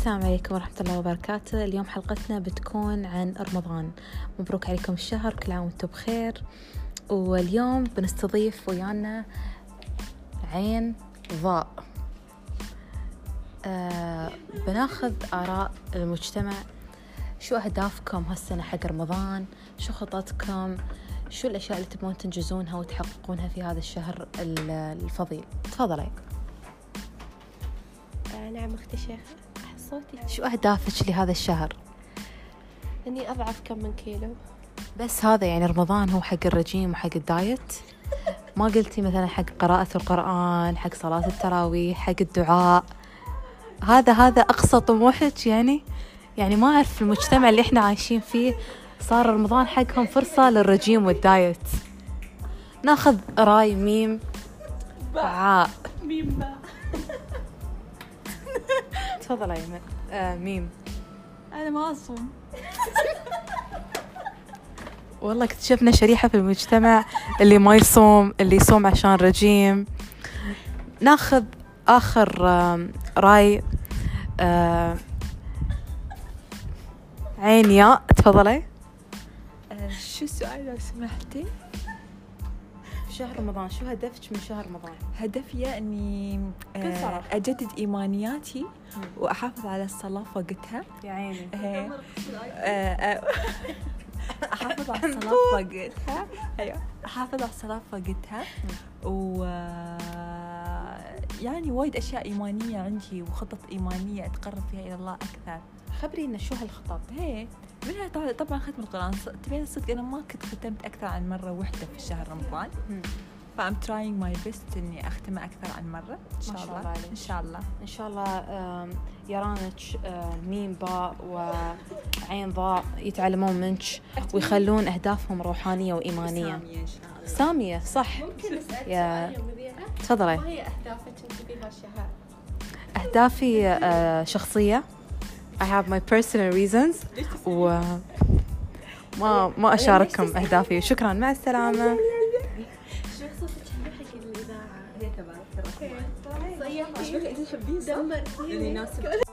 السلام عليكم ورحمة الله وبركاته. اليوم حلقتنا بتكون عن رمضان. مبروك عليكم الشهر، كل عام وانتم بخير. واليوم بنستضيف ويانا عين ضاء. بناخذ آراء المجتمع، شو أهدافكم هالسنة حق رمضان، شو خططكم، شو الأشياء اللي تبون تنجزونها وتحققونها في هذا الشهر الفضيل. تفضلي. نعم أختي شيخة، صوتي. شو أهدافك لهذا الشهر؟ إني أضعف كم من كيلو. بس هذا يعني رمضان هو حق الرجيم وحق الدايت؟ ما قلتي مثلا حق قراءة القرآن، حق صلاة التراويح، حق الدعاء؟ هذا أقصى طموحك يعني ما أعرف المجتمع اللي إحنا عايشين فيه صار رمضان حقهم فرصة للرجيم والدايت. ناخذ رأي ميم باء. ميم باء. تفضلي ميم. أنا ما أصوم. والله اكتشفنا شريحة في المجتمع اللي ما يصوم، اللي يصوم عشان رجيم. ناخذ آخر رأي عين ياء. تفضلي. شو السؤال لو سمحتي؟ شهر رمضان شو هدفك من شهر رمضان؟ هدفي أني أجدد إيمانياتي وأحافظ على الصلاة في وقتها. يا عيني. أحافظ على الصلاة في وقتها. أيوة، أحافظ على الصلاة في وقتها. و يعني وايد أشياء إيمانية عندي وخطط إيمانية أتقرب فيها إلى الله أكثر. خبرينا شو هالخطط؟ هي منها طبعا ختم القرآن. تبين الصدق أنا ما كنت ختمت أكثر عن مرة واحدة في شهر رمضان. فأم trying my best إني أختمه أكثر عن مرة إن شاء الله. إن شاء الله إن شاء الله يرانك ميم باء وعين ضاء يتعلمون منك ويخلون أهدافهم روحانية وإيمانية. سامية صح. ممكن أسأل يا سؤال يا مذيعة؟ تفضلي. ما هي أهدافك أنت في هالشهر؟ أهدافي شخصية. I have my personal reasons ما أشارككم أهدافي. شكرا، مع السلامة. شو قصتك حق الإذاعة؟ هي تبعك صيحتي. دمرتيني. اللي يناسب